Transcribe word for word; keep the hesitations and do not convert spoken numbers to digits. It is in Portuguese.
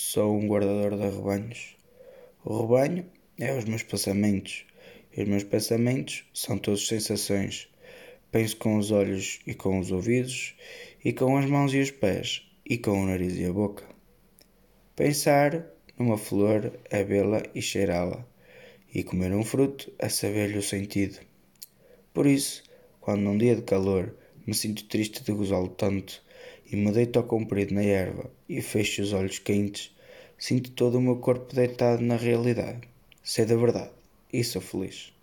sou um guardador de rebanhos. O rebanho é os meus pensamentos, e os meus pensamentos são todas sensações. Penso com os olhos e com os ouvidos, e com as mãos e os pés, e com o nariz e a boca. Pensar numa flor é vê-la e cheirá-la, e comer um fruto é saber-lhe o sentido. Por isso, quando num dia de calor me sinto triste de gozá-lo tanto, e me deito ao comprido na erva e fecho os olhos quentes, sinto todo o meu corpo deitado na realidade. Sei da verdade e sou feliz.